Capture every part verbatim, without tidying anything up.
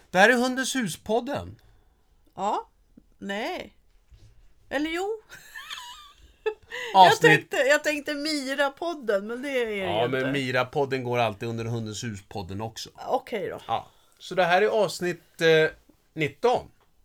Det här är Hundens hus-podden. Ja, nej. Eller jo. Avsnitt... Jag tänkte, jag tänkte Mira-podden, men det är det Ja, inte. men Mira-podden går alltid under Hundens hus-podden också. Okej då. Ja. Så det här är avsnitt eh, nitton.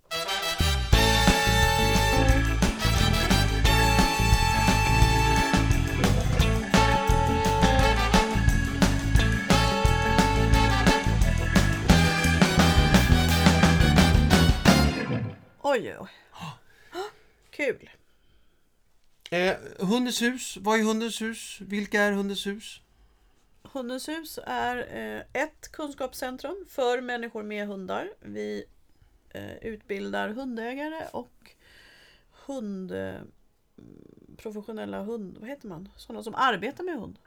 Oj, oj. Kul. Eh, Hundens hus, vad är Hundens hus? Vilka är Hundens hus? Hundens hus är eh, ett kunskapscentrum för människor med hundar. Vi eh, utbildar hundägare och hund, eh, professionella hund, vad heter man? Sådana som arbetar med hund.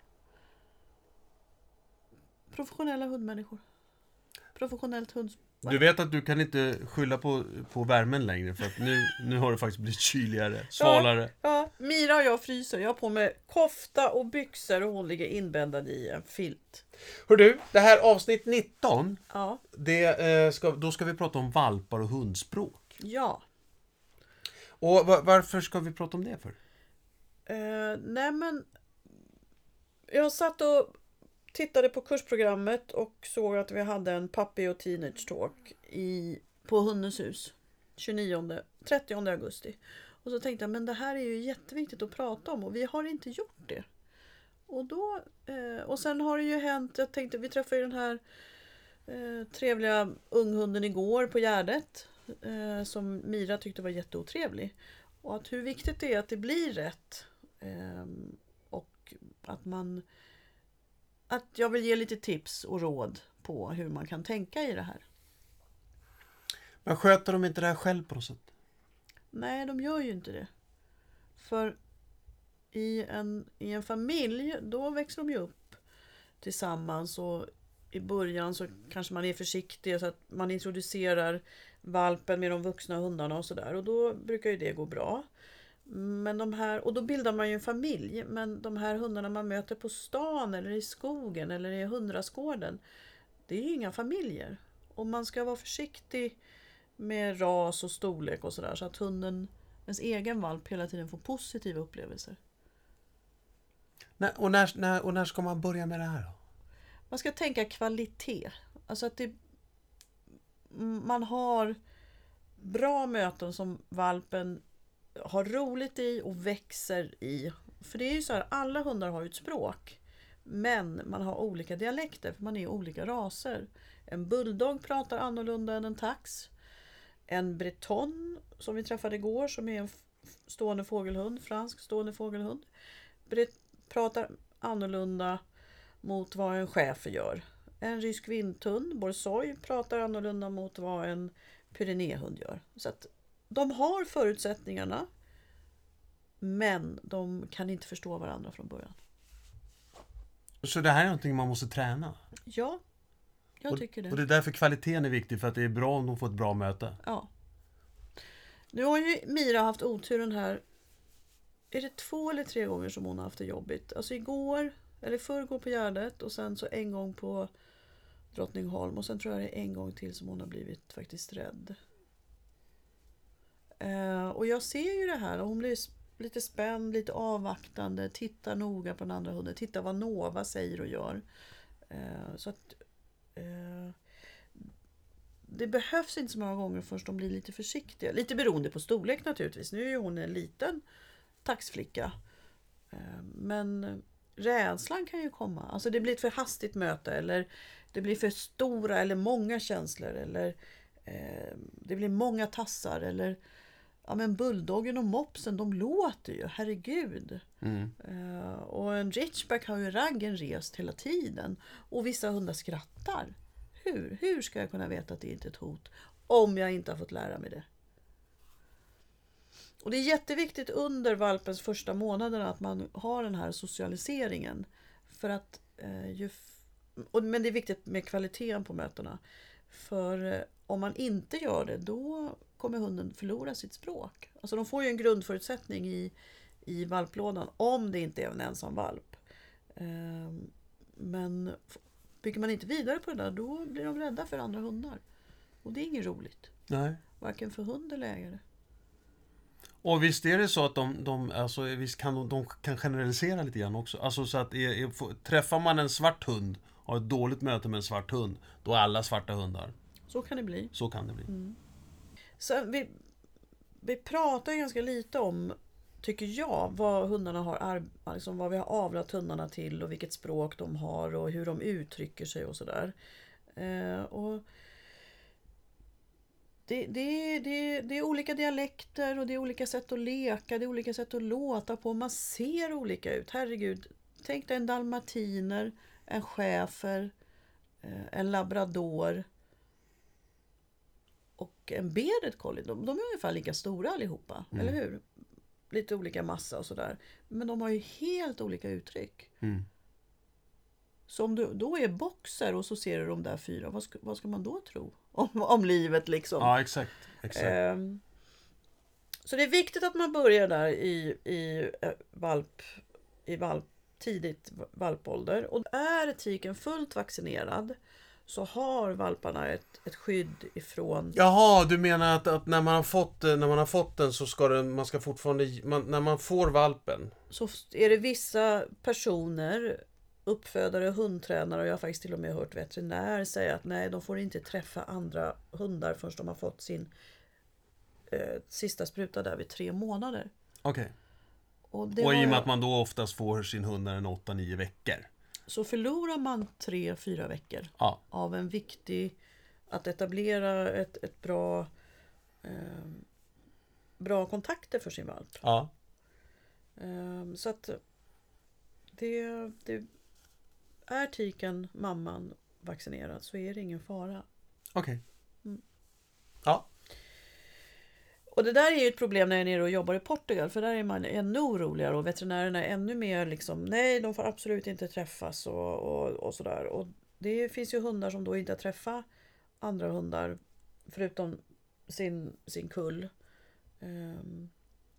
Professionella hundmänniskor. Professionellt hund. Du vet att du kan inte skylla på, på värmen längre, för att nu, nu har det faktiskt blivit kyligare, svalare. Ja, ja, Mira och jag fryser. Jag har på mig kofta och byxor och hon ligger inbäddad i en filt. Hör du, det här avsnitt nitton, Ja. det, eh, ska, då ska vi prata om valpar och hundspråk. Ja. Och va- varför ska vi prata om det för? Eh, nej men jag satt och tittade på kursprogrammet och såg att vi hade en puppy och teenage talk i, på Hundens hus tjugonionde, trettionde augusti. Och så tänkte jag, men det här är ju jätteviktigt att prata om och vi har inte gjort det. Och då, eh, och sen har det ju hänt, jag tänkte, vi träffade ju den här eh, trevliga unghunden igår på Gärdet eh, som Mira tyckte var jätteotrevlig. Och att hur viktigt det är att det blir rätt eh, och att man att jag vill ge lite tips och råd på hur man kan tänka i det här. Men sköter de inte det här själv på något sätt? Nej, de gör ju inte det. För i en, i en familj, då växer de ju upp tillsammans och i början så kanske man är försiktig så att man introducerar valpen med de vuxna hundarna och sådär. Och då brukar ju det gå bra. Men de här, och då bildar man ju en familj. Men de här hundarna man möter på stan eller i skogen eller i hundrastgården, det är ju inga familjer. Och man ska vara försiktig med ras och storlek och sådär, så att hunden, ens egen valp, hela tiden får positiva upplevelser. Nej, och, när, när, och när ska man börja med det här då? Man ska tänka kvalitet. Alltså att det, man har bra möten som valpen har roligt i och växer i. För det är ju så här, alla hundar har ju ett språk. Men man har olika dialekter, för man är olika raser. En bulldog pratar annorlunda än en tax. En breton, som vi träffade igår, som är en stående fågelhund, fransk stående fågelhund, pratar annorlunda mot vad en schäfer gör. En rysk vindhund, borsoi, pratar annorlunda mot vad en pyrenéhund gör. Så att de har förutsättningarna, men de kan inte förstå varandra från början. Så det här är någonting man måste träna? Ja, jag och, tycker det. Och det är därför kvaliteten är viktig, för att det är bra om de får ett bra möte. Ja. Nu har ju Mira haft otur den här. Är det två eller tre gånger som hon har haft det jobbigt? Alltså igår, eller förrgår på Gärdet och sen så en gång på Drottningholm. Och sen tror jag det är en gång till som hon har blivit faktiskt rädd. Uh, och jag ser ju det här och hon blir lite spänd, lite avvaktande, tittar noga på den andra hunden, tittar vad Nova säger och gör. Uh, så att uh, det behövs inte så många gånger först de blir lite försiktiga. Lite beroende på storlek naturligtvis. Nu är ju hon en liten taxflicka. Uh, men rädslan kan ju komma. Alltså det blir ett för hastigt möte, eller det blir för stora eller många känslor, eller uh, det blir många tassar, eller ja, men bulldoggen och mopsen, de låter ju, herregud. Mm. Uh, och en ridgeback har ju raggen rest hela tiden. Och vissa hundar skrattar. Hur? Hur ska jag kunna veta att det inte är ett hot om jag inte har fått lära mig det? Och det är jätteviktigt under valpens första månader att man har den här socialiseringen. För att, uh, ju f- och, men det är viktigt med kvaliteten på mötena. För uh, om man inte gör det, då kommer hunden förlora sitt språk. Alltså de får ju en grundförutsättning i, i valplådan om det inte är en ensam valp. Men bygger man inte vidare på det där, då blir de rädda för andra hundar. Och det är inget roligt. Nej. Varken för hund eller ägare. Och visst är det så att de, de, alltså, visst kan de, de kan generalisera lite grann också. Alltså så att är, är, träffar man en svart hund och har ett dåligt möte med en svart hund, då är alla svarta hundar. Så kan det bli. Så kan det bli. Mm. Så vi, vi pratar ganska lite om, tycker jag, vad hundarna har, liksom vad vi har avlat hundarna till och vilket språk de har och hur de uttrycker sig och sådär. Eh, och det, det, det, det är olika dialekter och det är olika sätt att leka, det är olika sätt att låta på. Man ser olika ut. Herregud, tänk dig en dalmatiner, en schäfer, en labrador och en bearded collie. De, de är ungefär lika stora allihopa, mm. eller hur? Lite olika massa och sådär. Men de har ju helt olika uttryck. Mm. Så om du då är boxer och så ser du de där fyra, vad ska, vad ska man då tro om, om livet liksom? Ja, exakt. exakt. Um, så det är viktigt att man börjar där i, i, valp, i valp, tidigt valpålder. Och är tiken fullt vaccinerad så har valparna ett, ett skydd ifrån... Jaha, du menar att, att när man har fått när man har fått den så ska den, man ska fortfarande man, när man får valpen så är det vissa personer, uppfödare, hundtränare, och jag har faktiskt till och med hört veterinär säga att nej, de får inte träffa andra hundar förrän de har fått sin eh, sista spruta där vid tre månader. Okej. Okay. Och, och i och med jag... att man då oftast får sin hund när den är åtta nio veckor. Så förlorar man tre fyra veckor ja. av en viktig, att etablera ett, ett bra eh, bra kontakter för sin valp. Ja. Eh, så att det, det är tiken, mamman, vaccinerad så är det ingen fara. Okej. Okay. Mm. Ja. Och det där är ju ett problem när jag är nere och jobbar i Portugal, för där är man ännu oroligare och veterinärerna är ännu mer liksom, nej, de får absolut inte träffas och, och, och sådär. Och det finns ju hundar som då inte har träffat andra hundar förutom sin, sin kull. Um,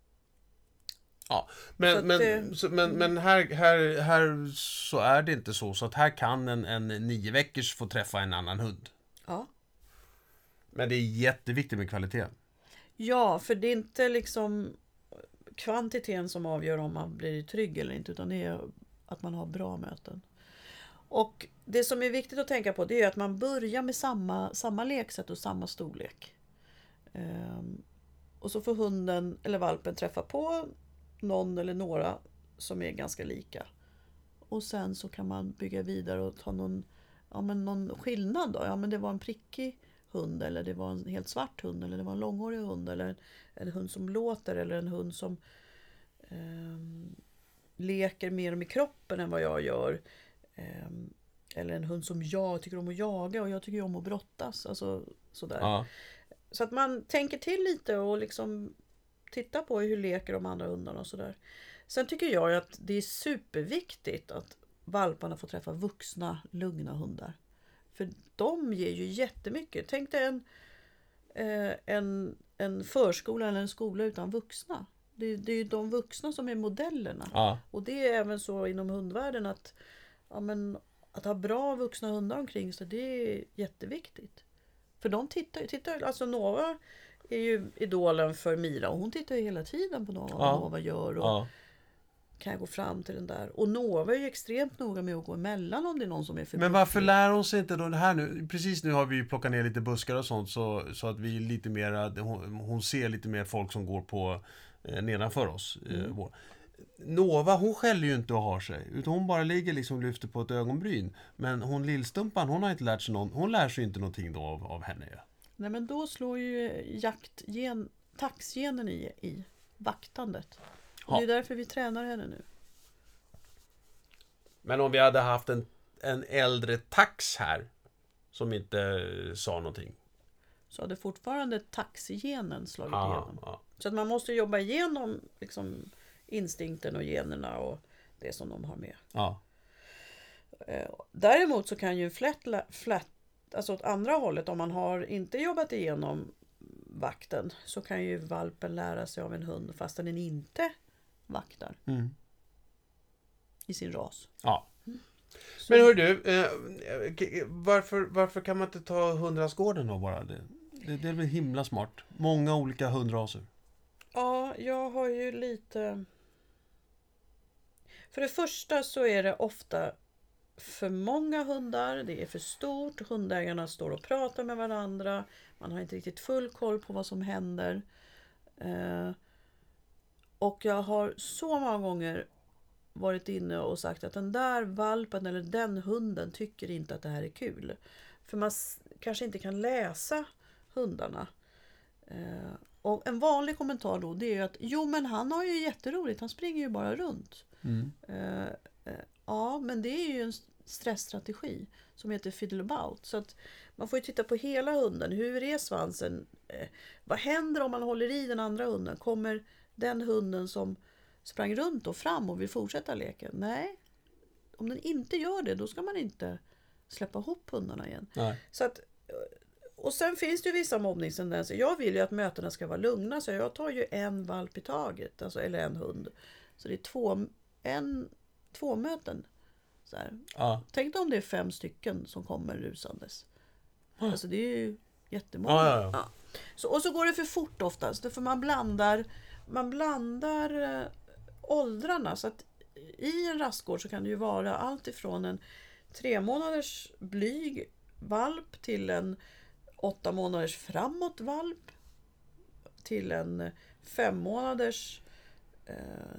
ja, men, men, det, så, men, men här, här, här så är det inte så, så att här kan en, en nio veckors få träffa en annan hund. Ja. Men det är jätteviktigt med kvalitet. Ja, för det är inte liksom kvantiteten som avgör om man blir trygg eller inte, utan det är att man har bra möten. Och det som är viktigt att tänka på, det är att man börjar med samma, samma leksätt och samma storlek. Um, och så får hunden eller valpen träffa på någon eller några som är ganska lika. Och sen så kan man bygga vidare och ta någon, ja, men någon skillnad då. Ja, men det var en prickig hund, eller det var en helt svart hund, eller det var en långhårig hund, eller en, en hund som låter, eller en hund som um, leker mer med kroppen än vad jag gör. Um, eller en hund som jag tycker om att jaga och jag tycker om att brottas. Alltså sådär. Ja. Så att man tänker till lite och liksom tittar på hur leker de andra hundarna och sådär. Sen tycker jag att det är superviktigt att valparna får träffa vuxna, lugna hundar. För de ger ju jättemycket. Tänk dig en, eh, en, en förskola eller en skola utan vuxna. Det, det är ju de vuxna som är modellerna. Ja. Och det är även så inom hundvärlden att, ja, men, att ha bra vuxna hundar omkring sig, det är jätteviktigt. För de tittar, tittar alltså Nova är ju idolen för Mira och hon tittar ju hela tiden på Nova, vad ja. Nova gör och ja. kan jag gå fram till den där. Och Nova är ju extremt noga med att gå emellan om det är någon som är för. Men varför lär hon sig inte då det här nu? Precis nu har vi plockat ner lite buskar och sånt så, så att vi är lite mer, hon, hon ser lite mer folk som går på eh, nedanför oss. Eh, Mm. vår. Nova, hon skäller ju inte och har sig, utan hon bara ligger liksom och lyfter på ett ögonbryn. Men hon lillstumpan, hon har inte lärt sig någon, hon lär sig inte någonting då av, av henne. Ja. Nej, men då slår ju jaktgen, taxgenen i, i vaktandet. Och det är därför vi tränar henne nu. Men om vi hade haft en, en äldre tax här som inte sa någonting. Så hade fortfarande taxgenen slagit ja, igenom. Ja. Så att man måste jobba igenom liksom instinkten och generna och det som de har med. Ja. Däremot så kan ju flätt, flätt, alltså åt andra hållet, om man har inte jobbat igenom vakten, så kan ju valpen lära sig av en hund fast den inte vaktar Mm. i sin ras. Ja. Så, Men hör du, eh, varför, varför kan man inte ta hundrastgården då bara? Det, det, det är väl himla smart. Många olika hundraser. ja, jag har ju lite... För det första så är det ofta för många hundar, det är för stort, hundägarna står och pratar med varandra, man har inte riktigt full koll på vad som händer. Eh, och jag har så många gånger varit inne och sagt att den där valpen eller den hunden tycker inte att det här är kul. För man s- kanske inte kan läsa hundarna. Eh, och en vanlig kommentar då, det är ju att jo men han har ju jätteroligt, han springer ju bara runt. Mm. Eh, eh, ja, men det är ju en stressstrategi som heter fiddle-about. Så att man får ju titta på hela hunden. Hur är svansen? Eh, vad händer om man håller i den andra hunden? Kommer den hunden som sprang runt och fram och vill fortsätta leken? Nej, om den inte gör det, då ska man inte släppa ihop hundarna igen. Nej. Så att, och sen finns det ju vissa mobbningstendenser. Jag vill ju att mötena ska vara lugna, så jag tar ju en valp i taget, alltså, eller en hund. Så det är två, en, två möten. Så här. Ja. Tänk dig om det är fem stycken som kommer rusandes. Alltså det är ju jättemånga. Ja, ja, ja. Ja. Så, och så går det för fort oftast. För man blandar, man blandar eh, åldrarna. Så att i en rastgård så kan det ju vara allt ifrån en tre månaders blyg valp till en åtta månaders framåt valp till en fem månaders eh,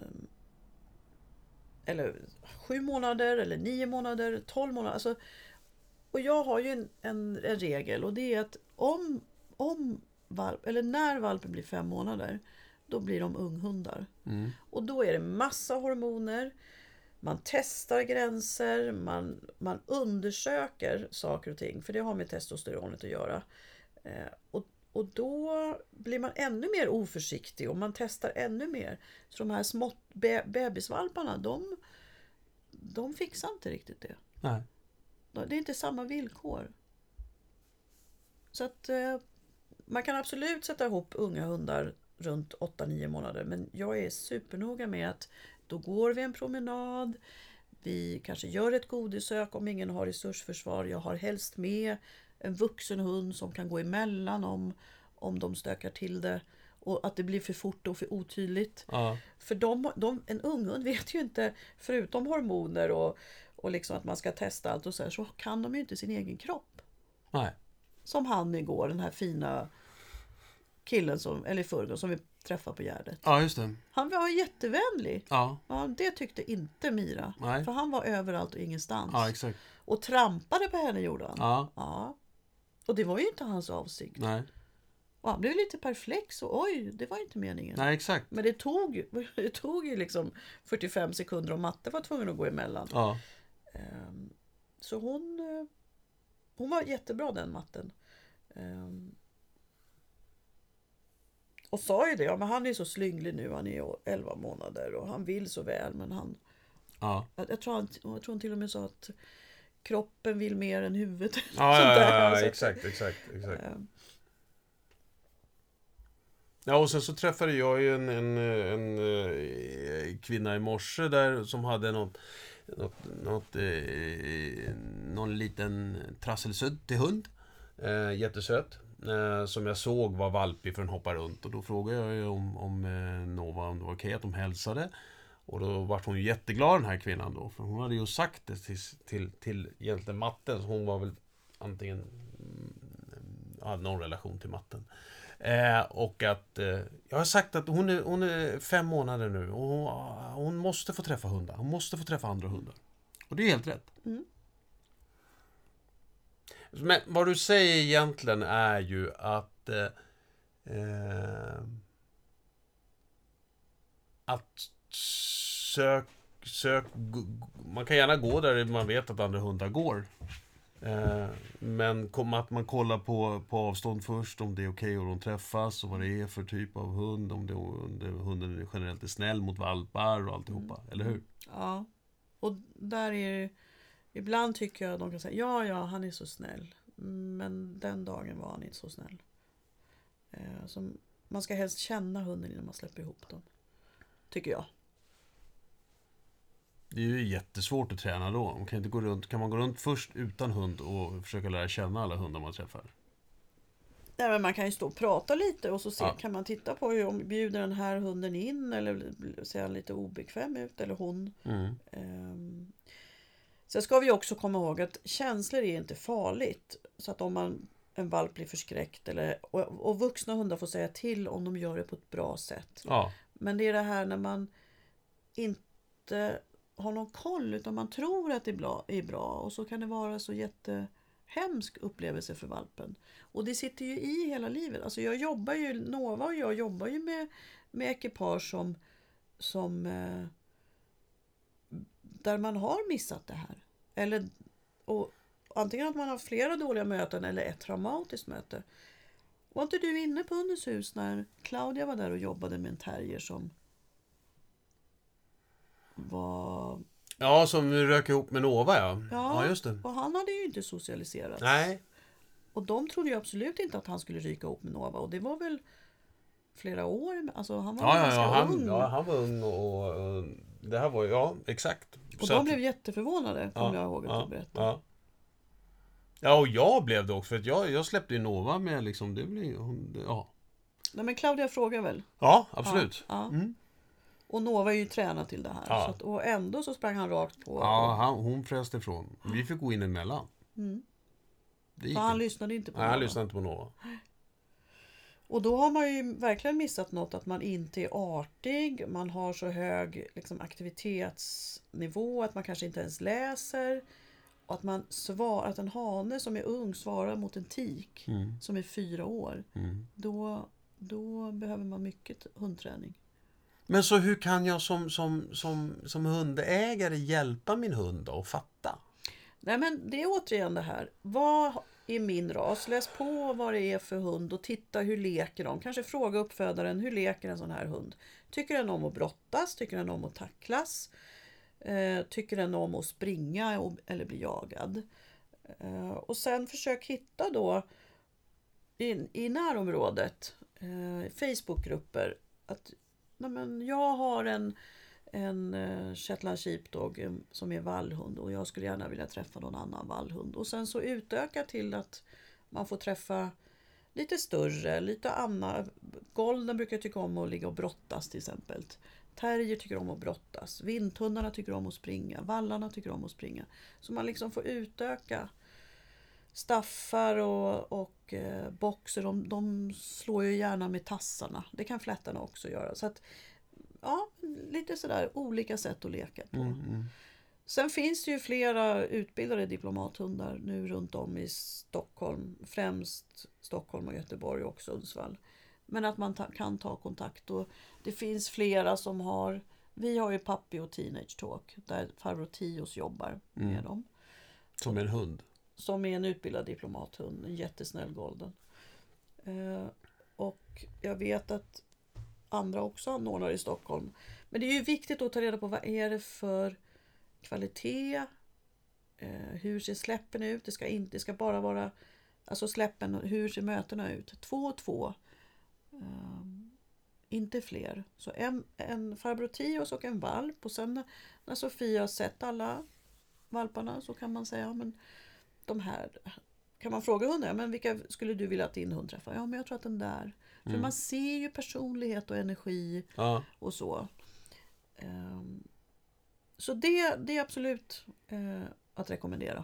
eller sju månader eller nio månader, tolv månader. Alltså, och jag har ju en, en, en regel, och det är att om, om valp, eller när valpen blir fem månader, då blir de unghundar. Mm. Och då är det massa hormoner, man testar gränser, man, man undersöker saker och ting, för det har med testosteronet att göra. Eh, och, och då blir man ännu mer oförsiktig och man testar ännu mer. Så de här små be- bebisvalparna, de, de fixar inte riktigt det. Nej. Det är inte samma villkor. Så att eh, man kan absolut sätta ihop unga hundar runt åtta nio månader. Men jag är supernoga med att då går vi en promenad. Vi kanske gör ett godisök om ingen har resursförsvar. Jag har helst med en vuxen hund som kan gå emellan om, om de stökar till det. Och att det blir för fort och för otydligt. Ja. För de, de, en ung hund vet ju inte, förutom hormoner och, och liksom att man ska testa allt och så här, så kan de ju inte sin egen kropp. Nej. Som han igår, den här fina killen som, eller förrgår, som vi träffade på Gärdet. Ja, just det. Han var jättevänlig. Ja. Ja, det tyckte inte Mira. Nej. För han var överallt och ingenstans. Ja, exakt. Och trampade på henne gjorde han. Ja. Ja. Och det var ju inte hans avsikt. Nej. Och han blev lite perplex och oj, det var inte meningen. Nej, exakt. Men det tog, det tog ju liksom fyrtiofem sekunder och matte var tvungen att gå emellan. Ja. Um, så hon, uh, hon var jättebra den matten. Um, och sa ju det, ja, men han är så slynglig nu, han är elva månader och han vill så väl, men han, Ja. jag, jag, tror, han, jag tror han till och med sa att kroppen vill mer än huvudet. Ja, Sånt ja, där, ja, ja, alltså. exakt, exakt, exakt. Um, Ja, och sen så träffade jag ju en, en, en, en kvinna i morse där som hade något, något, något eh, någon liten trasselsöt till hund. Eh, jättesöt. Eh, som jag såg var valpig för den hoppade runt. Och då frågade jag ju om, om eh, Nova, om det var okej att de hälsade. Och då var hon ju jätteglad, den här kvinnan då. För hon hade ju sagt det till, till, till egentligen matten. Så hon var väl antingen hade någon relation till matten. Eh, och att eh, jag har sagt att hon är, hon är fem månader nu och hon, hon måste få träffa hundar. Hon måste få träffa andra hundar. Och det är helt rätt. Mm. Men vad du säger egentligen är ju att eh, eh, att sök, sök man kan gärna gå där man vet att andra hundar går. Eh, men kom att man kollar på, på avstånd först, om det är okej och de träffas och vad det är för typ av hund, om, det, om det, hunden generellt är snäll mot valpar och alltihopa, mm. eller hur? Ja, och där är det, ibland tycker jag att de kan säga ja, ja, han är så snäll, men den dagen var han inte så snäll. Eh, så man ska helst känna hunden innan man släpper ihop dem, tycker jag. Det är ju jättesvårt att träna då. Man kan, inte gå runt, kan man gå runt först utan hund och försöka lära känna alla hundar man träffar? Nej, men man kan ju stå och prata lite och så se, Ja. kan man titta på hur om bjuder den här hunden in eller ser han lite obekväm ut eller hon. Mm. Um, sen ska vi också komma ihåg att känslor är inte farligt. Så att om man, en valp blir förskräckt eller, och, och vuxna hundar får säga till om de gör det på ett bra sätt. Ja. Men det är det här när man inte har någon koll utan man tror att det är bra, är bra och så kan det vara så jättehemsk upplevelse för valpen. Och det sitter ju i hela livet. Alltså jag jobbar ju, Nova och jag jobbar ju med, med ekipage som, som eh, där man har missat det här. Eller, och, antingen att man har flera dåliga möten eller ett traumatiskt möte. Var inte du inne på Hundens hus när Claudia var där och jobbade med en terrier som var... Ja, som rök ihop med Nova, ja. Ja, Ja, just det. och han hade ju inte socialiserat. Nej. Och de trodde ju absolut inte att han skulle ryka ihop med Nova. Och det var väl flera år. Alltså han var Ja, ja, ganska ja, han, ung. ja, han var ung och, och det här var ju, ja, exakt. och Så de att- blev jätteförvånade, kommer jag ihåg att ja, du berättade. ja. Ja, och jag blev det också, för att jag, jag släppte ju Nova med liksom, det blir hon, ja. Nej, men Claudia frågar väl. Ja, absolut. Ja, ja. Mm. Och Nova är ju tränad till det här. Ja. Så att, och ändå så sprang han rakt på. Ja, han, hon fräste ifrån. Vi fick gå in emellan. Mm. Det gick För han inte. lyssnade inte på Nej, han Nova. lyssnade inte på Nova. Och då har man ju verkligen missat något, att man inte är artig, man har så hög liksom, aktivitetsnivå att man kanske inte ens läser, och att man svar, att en hane som är ung svarar mot en tik Mm. som är fyra år, Mm. då, då behöver man mycket hundträning. Men så hur kan jag som, som, som, som hundägare hjälpa min hund då att fatta? Nej, men det är återigen det här, vad är min ras? Läs på vad det är för hund och titta hur leker de. Kanske fråga uppfödaren, hur leker en sån här hund? Tycker den om att brottas? Tycker den om att tacklas? Eh, tycker den om att springa och, eller bli jagad? Eh, och sen försök hitta då i, i närområdet eh, Facebookgrupper att nej men, jag har en en uh, Shetland Sheepdog um, som är vallhund och jag skulle gärna vilja träffa någon annan vallhund. Och sen så utöka till att man får träffa lite större, lite annat. Golden brukar tycka om att ligga och brottas till exempel. Terrier tycker om att brottas. Vinthundarna tycker om att springa. Vallarna tycker om att springa. Så man liksom får utöka. Staffar och, och eh, boxer, de, de slår ju gärna med tassarna. Det kan flättarna också göra. Så att ja, lite sådär olika sätt att leka på. Mm, mm. Sen finns det ju flera utbildade diplomathundar nu runt om i Stockholm. Främst Stockholm och Göteborg och Sundsvall. Men att man ta, kan ta kontakt. Och det finns flera som har... Vi har ju Puppy och Teenage Talk. Där farbror Tios jobbar med Mm. dem. Som en hund. Som är en utbildad diplomathund. En jättesnäll golden. Eh, och jag vet att andra också anordnar i Stockholm. Men det är ju viktigt att ta reda på vad är det för kvalitet. Eh, hur ser släppen ut? Det ska, inte, det ska bara vara alltså släppen, hur ser mötena ut? Två och två. Eh, inte fler. Så en, en farbror Tios och en valp. Och sen när Sofia har sett alla valparna så kan man säga ja, men de här kan man fråga hunden, men vilka skulle du vilja att din hund träffar? Ja, men jag tror att den där. För Mm. man ser ju personlighet och energi Ja. och så. Um, så det, det är absolut uh, att rekommendera.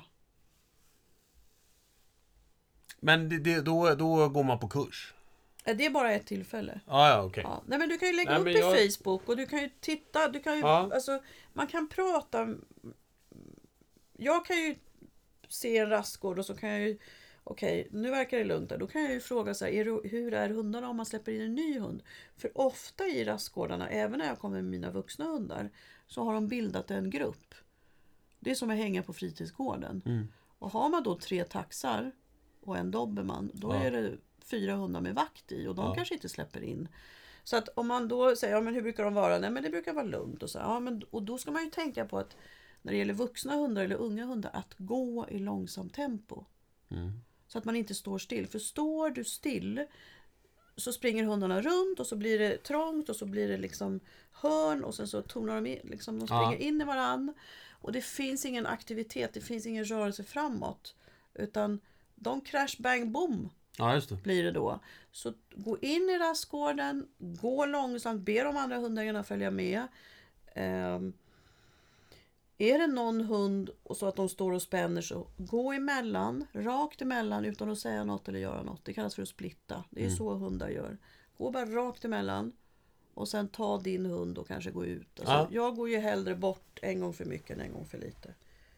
Men det, det, då, då går man på kurs? Uh, det är bara ett tillfälle. Ah, ja, okej. Ja. Nej, men du kan ju lägga Nej, upp men i jag- Facebook och du kan ju titta. Du kan ju, Ja. alltså, man kan prata. Jag kan ju se en rastgård och så kan jag ju okej, nu verkar det lugnt där. Då kan jag ju fråga så här, är det, hur är hundarna om man släpper in en ny hund? För ofta i rastgårdarna, även när jag kommer med mina vuxna hundar, så har de bildat en grupp. Det är som att hänga på fritidsgården. Mm. Och har man då tre taxar och en dobermann, då Ja. är det fyra hundar med vakt i och de Ja. kanske inte släpper in. Så att om man då säger, ja men hur brukar de vara? Nej men det brukar vara lugnt. Och, så, ja, men, och då ska man ju tänka på att när det gäller vuxna hundar eller unga hundar, att gå i långsamt tempo. Mm. Så att man inte står still. För står du still, så springer hundarna runt och så blir det trångt och så blir det liksom hörn och sen så tonar de in, liksom, de springer Ja. in i varann. Och det finns ingen aktivitet, det finns ingen rörelse framåt. Utan de crash, bang, boom Ja, just det. blir det då. Så gå in i rastgården, gå långsamt, be de andra hundarna följa med. Um, är det någon hund och så att de står och spänner, så gå emellan, rakt emellan utan att säga något eller göra något. Det kallas för att splitta. Det är mm. så hundar gör. Gå bara rakt emellan och sen ta din hund och kanske gå ut. Alltså, ja. Jag går ju hellre bort en gång för mycket än en gång för lite.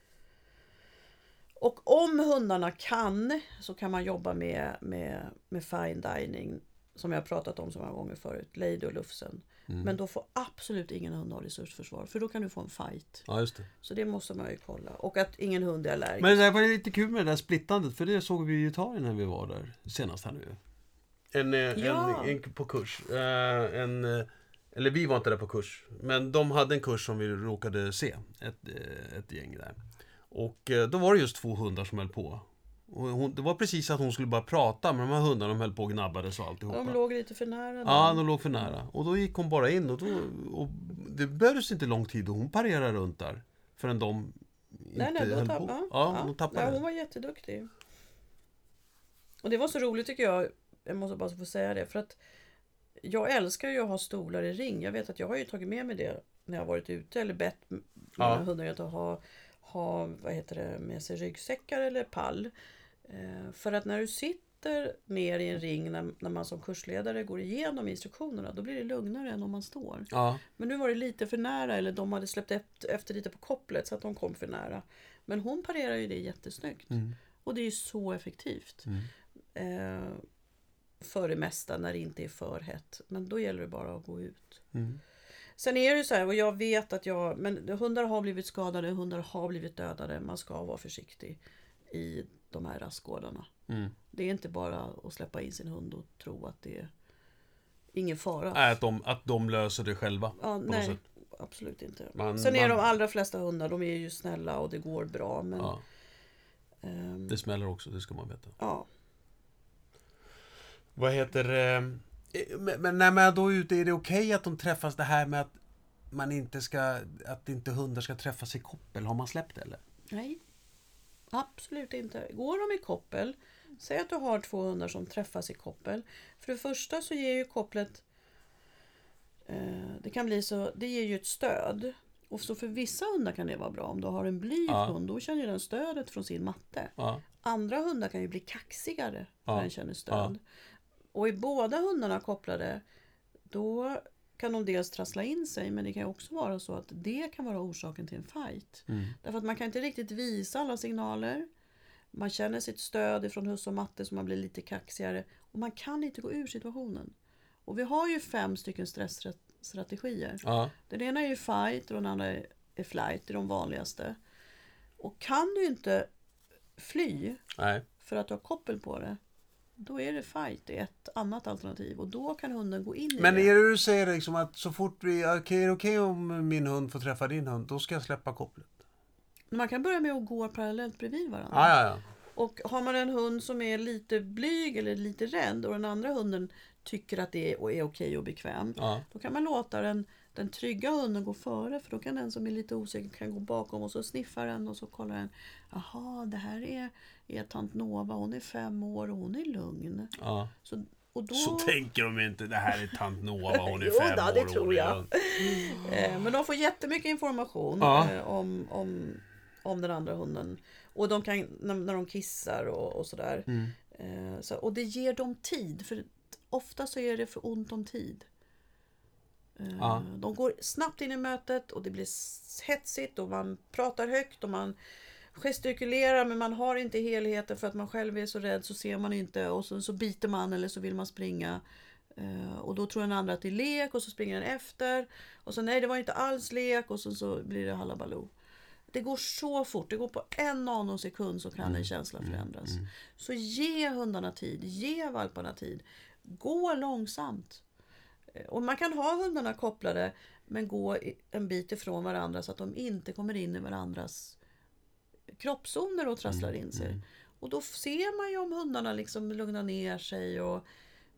Och om hundarna kan så kan man jobba med, med, med fine dining som jag har pratat om så många gånger förut. Lady och Lufsen. Mm. Men då får absolut ingen hund ha resursförsvar. För då kan du få en fight. Ja, just det. Så det måste man ju kolla. Och att ingen hund är allergisk. Men det var lite kul med det där splittandet. För det såg vi ju i Italien när vi var där senast här nu. En, ja. en, en på kurs. Uh, en, eller vi var inte där på kurs. Men de hade en kurs som vi råkade se. Ett, ett gäng där. Och då var det just två hundar som höll på. Och hon, det var precis att hon skulle bara prata, men de här hundarna de höll på och gnabbades och alltihopa. De låg lite för nära. Ja, de låg för nära. Och då gick hon bara in och, då, och det behövdes inte lång tid och hon parerade runt där. Förrän de inte nej, nej, höll tapp, på. Ja, ja, de tappade. Ja, hon var jätteduktig. Och det var så roligt tycker jag. Jag måste bara få säga det. För att jag älskar ju att ha stolar i ring. Jag vet att jag har ju tagit med mig det när jag har varit ute. Eller bett mina ja. hundar att ha, ha vad heter det, med sig ryggsäckar eller pall. Eh, för att när du sitter ner i en ring när, när man som kursledare går igenom instruktionerna, då blir det lugnare än om man står. Ja. Men nu var det lite för nära, eller de hade släppt efter, efter lite på kopplet så att de kom för nära. Men hon parerar ju det jättesnyggt. Mm. Och det är ju så effektivt. Mm. Eh, för det mesta när det inte är för hett. Men då gäller det bara att gå ut. Mm. Sen är det ju så här, och jag vet att jag, men hundar har blivit skadade, hundar har blivit dödade. Man ska vara försiktig i de här rastgårdarna. Mm. Det är inte bara att släppa in sin hund och tro att det är ingen fara. Nej, att de, att de löser det själva. Ja, nej, absolut inte. Man, Sen är man... de allra flesta hundar, de är ju snälla och det går bra. Men, ja. um... Det smäller också, det ska man veta. Ja. Vad heter eh, men när man då är ute, är det okej okay att de träffas, det här med att man inte ska, att inte hundar ska träffas i koppel, har man släppt det eller? Nej, absolut inte. Går de i koppel, säg att du har två hundar som träffas i koppel. För det första så ger ju kopplet eh, det kan bli så, det ger ju ett stöd. Och så för vissa hundar kan det vara bra. Om du har en blyg ja. hund, då känner den stödet från sin matte. Ja. Andra hundar kan ju bli kaxigare för ja. den känner stöd. Ja. Och i båda hundarna kopplade, då kan de dels trassla in sig, men det kan också vara så att det kan vara orsaken till en fight. Mm. Därför att man kan inte riktigt visa alla signaler. Man känner sitt stöd ifrån huss och matte så man blir lite kaxigare. Och man kan inte gå ur situationen. Och vi har ju fem stycken stressstrategier. Ja. Den ena är ju fight och den andra är flight, det är de vanligaste. Och kan du inte fly Nej. för att du har koppel på det, då är det fight, det är ett annat alternativ. Och då kan hunden gå in i Men det. Men är det du säger liksom att så fort vi, okej, okay, är det okej okay om min hund får träffa din hund, då ska jag släppa kopplet? Man kan börja med att gå parallellt bredvid varandra. Ja, ja, ja. Och har man en hund som är lite blyg eller lite rädd och den andra hunden tycker att det är, är okej och bekvämt, ja. då kan man låta den, den trygga hunden gå före, för då kan den som är lite osäker kan gå bakom och så sniffar den och så kollar den, jaha, det här är, är tant Nova, hon är fem år och hon är lugn. Ja. Så, och då... så tänker de inte, det här är tant Nova, hon är jo, fem då, år det och tror hon är jag. lugn. eh, men de får jättemycket information ja. eh, om, om, om den andra hunden. Och de kan, när, när de kissar och, och sådär. Mm. Eh, så, och det ger dem tid, för ofta så är det för ont om tid. Eh, ja. De går snabbt in i mötet och det blir hetsigt och man pratar högt och man gestikulerar, men man har inte helheten för att man själv är så rädd, så ser man inte och så, så biter man eller så vill man springa. Uh, och då tror den andra att det är lek och så springer den efter och så nej, det var inte alls lek och så, så blir det halabaloo. Det går så fort, det går på en nanosekund så kan mm. en känsla förändras. Mm. Mm. Så ge hundarna tid, ge valparna tid. Gå långsamt. Och man kan ha hundarna kopplade men gå en bit ifrån varandra så att de inte kommer in i varandras kroppszoner och trasslar in sig. Mm. Och då ser man ju om hundarna liksom lugnar ner sig och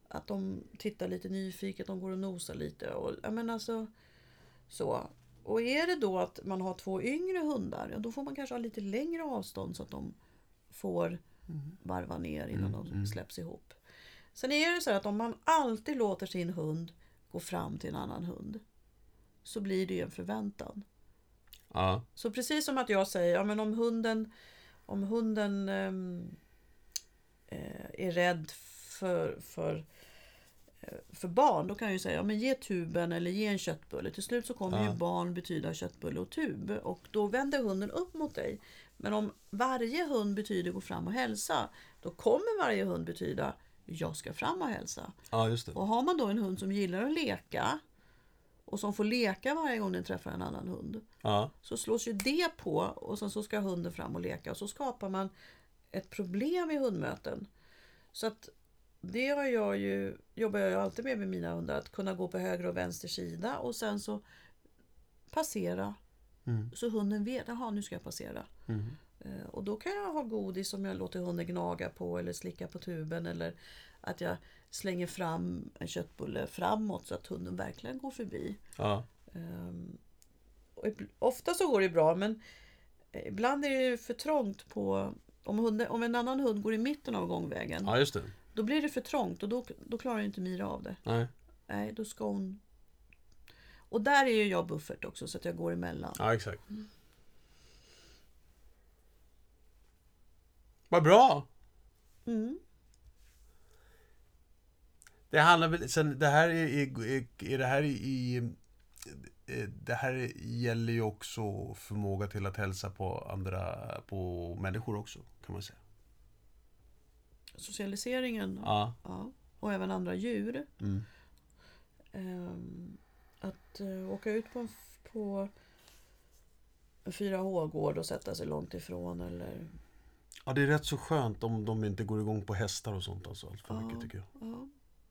att de tittar lite nyfiket, de går och nosar lite. Och, ja, men alltså, så. Och är det då att man har två yngre hundar, ja, då får man kanske ha lite längre avstånd så att de får varva ner innan Mm, de mm. släpps ihop. Sen är det så att om man alltid låter sin hund gå fram till en annan hund, så blir det ju en förväntan. Ja. Så precis som att jag säger, ja, men om hunden, om hunden ehm, eh, är rädd för, för, eh, för barn, då kan jag ju säga, ja, men ge tuben eller ge en köttbulle. Till slut så kommer Ja. ju barn betyda köttbulle och tub, och då vänder hunden upp mot dig. Men om varje hund betyder gå fram och hälsa, då kommer varje hund betyda jag ska fram och hälsa. Ja, just det. Och har man då en hund som gillar att leka och som får leka varje gång den träffar en annan hund, Ja. så slås ju det på, och sen så ska hunden fram och leka, och så skapar man ett problem i hundmöten. Så att det har jag ju, jobbar jag ju alltid med med mina hundar, att kunna gå på höger och vänster sida och sen så passera. Mm. Så hunden vet, jaha, nu ska jag passera. Mm. Eh, Och då kan jag ha godis som jag låter hunden gnaga på eller slicka på tuben, eller att jag slänger fram en köttbulle framåt så att hunden verkligen går förbi. Ja. Ehm, och ib- ofta så går det bra, men ibland är det för trångt på, om, hunden, om en annan hund går i mitten av gångvägen, Ja, just det. då blir det för trångt och då, då klarar inte Mira av det. Nej. Nej, då ska hon... Och där är ju jag buffert också, så att jag går emellan. Ja, exakt. Vad bra! Mm. Det handlar väl, sen det här är, är, är det här i det här gäller ju också förmåga till att hälsa på andra, på människor också, kan man säga. Socialiseringen. Ja. Ja. Och även andra djur. Mm. Ehm, att uh, åka ut på en, f- på en fyra H-gård och sätta sig långt ifrån, eller... Ja, det är rätt så skönt om de inte går igång på hästar och sånt, alltså, allt för Ja. mycket tycker jag. Ja.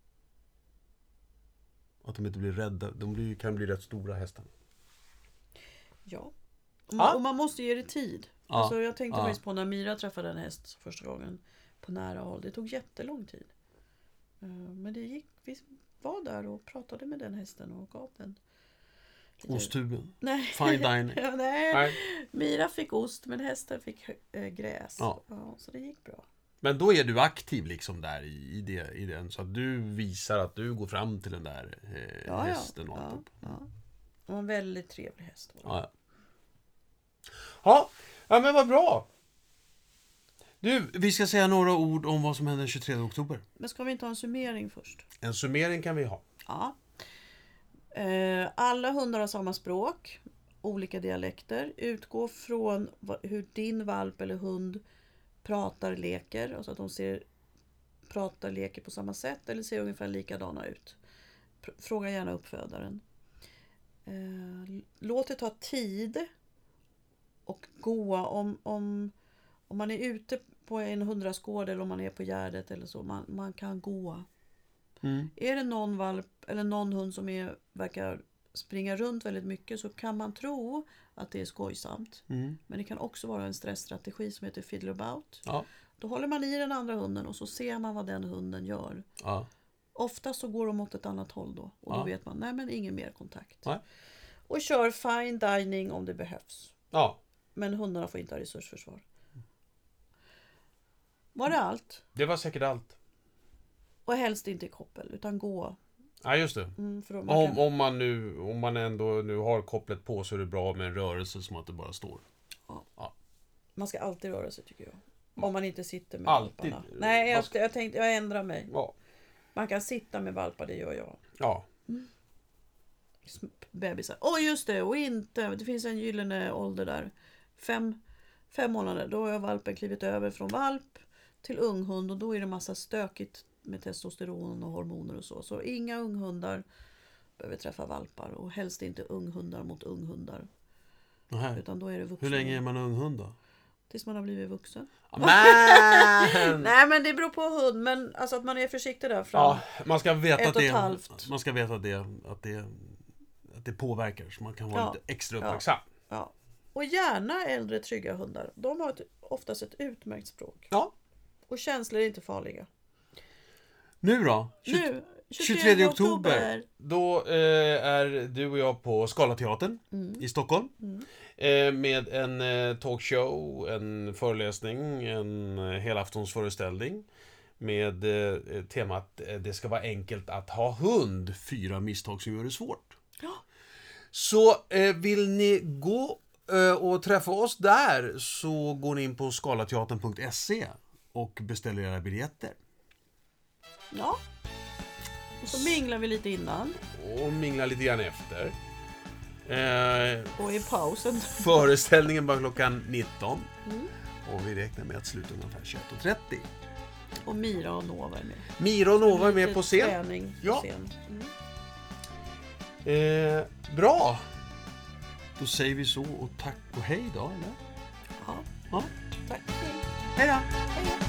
Att de inte blir rädda. De blir, kan bli rätt stora hästar. Ja. Och Ja. man, och man måste ge det tid. Ja. Alltså jag tänkte Ja. faktiskt på när Mira träffade en häst första gången på nära håll. Det tog jättelång tid. Eh, Men det gick, vi var där och pratade med den hästen och gav den lite- Osttuben. Nej. Fine dining. Ja, nej. Nej. Mira fick ost, men hästen fick äh, gräs. Ja. Så det gick bra. Men då är du aktiv liksom där i, i, det, i den. Så att du visar att du går fram till den där eh, Ja, hästen. Och ja. allt. Ja, ja. Det var en väldigt trevlig häst. Var det. Ja, ja. Ja, ja, men vad bra. Du, vi ska säga några ord om vad som hände den tjugotredje oktober. Men ska vi inte ha en summering först? En summering kan vi ha. Ja. Eh, Alla hundar har samma språk, olika dialekter. Utgå från vad- hur din valp eller hund pratar, leker. Alltså att de ser, pratar, leker på samma sätt eller ser ungefär likadana ut. Pr- Fråga gärna uppfödaren. Eh, Låt det ta tid och gå om, om, om man är ute på en hundrastgård eller om man är på Gärdet eller så. Man, man kan gå. Mm. Är det någon valp eller någon hund som är, verkar springa runt väldigt mycket, så kan man tro att det är skojsamt. Mm. Men det kan också vara en stressstrategi som heter fiddler-about. Ja. Då håller man i den andra hunden och så ser man vad den hunden gör. Ja. Ofta så går de åt ett annat håll då. Och då Ja. vet man, nej men ingen mer kontakt. Nej. Och kör fine dining om det behövs. Ja, Men hundarna får inte ha resursförsvar. Var det allt? det var säkert allt. Och helst inte i koppel, utan gå. Ja, just det. Mm, för då man Om, kan... om man nu om man ändå nu har kopplet på, så är det bra med en rörelse som att det bara står. Man ska alltid röra sig, tycker jag. Om man inte sitter med Alltid. valparna. Nej, Man jag, ska- jag tänkte, jag ändrar mig. Ja. Man kan sitta med valpar, det gör jag. Ja. Sm- Bebisar. Åh, just det, och inte. Det finns en gyllene ålder där. Fem, fem månader, då har valpen klivit över från valp till unghund. Och då är det massa stökigt med testosteron och hormoner och så. Så inga unghundar behöver träffa valpar. Och helst inte unghundar mot unghundar. Nähä. Utan då är det vuxna. Hur länge är man ung hund då? Tills man har blivit vuxen. Men... Nej, men det beror på hund. Men alltså att man är försiktig där fram. Ja, man ska veta Ett att och det ett halvt. man ska veta att det att det att det påverkar, så man kan vara Ja. lite extra Ja. uppmärksam. Ja. Och gärna äldre trygga hundar. De har ett, oftast ett utmärkt språk. Ja. Och känslor är inte farliga. Nu då? Nu, tjugotredje oktober. Då eh, är du och jag på Scalateatern Mm. i Stockholm. Mm. Eh, med en eh, talkshow, en föreläsning, en eh, helaftonsföreställning. Med eh, temat eh, det ska vara enkelt att ha hund. Fyra misstag som gör det svårt. Ja. Så eh, vill ni gå eh, och träffa oss där, så går ni in på scalateatern punkt se och beställer era biljetter. Ja. Och så minglar vi lite innan. Och minglar lite grann efter. Eh, Och i pausen. föreställningen var klockan nitton. Mm. Och vi räknar med att sluta ungefär tjugoett och trettio. Och Mira och Nova är med. Mira och Nova är med Lite på scen. Träning på Ja. scen. Mm. Eh, bra! Då säger vi så och tack och hej då, eller? Ja, Ja. tack. Hej. Hej då! Hej.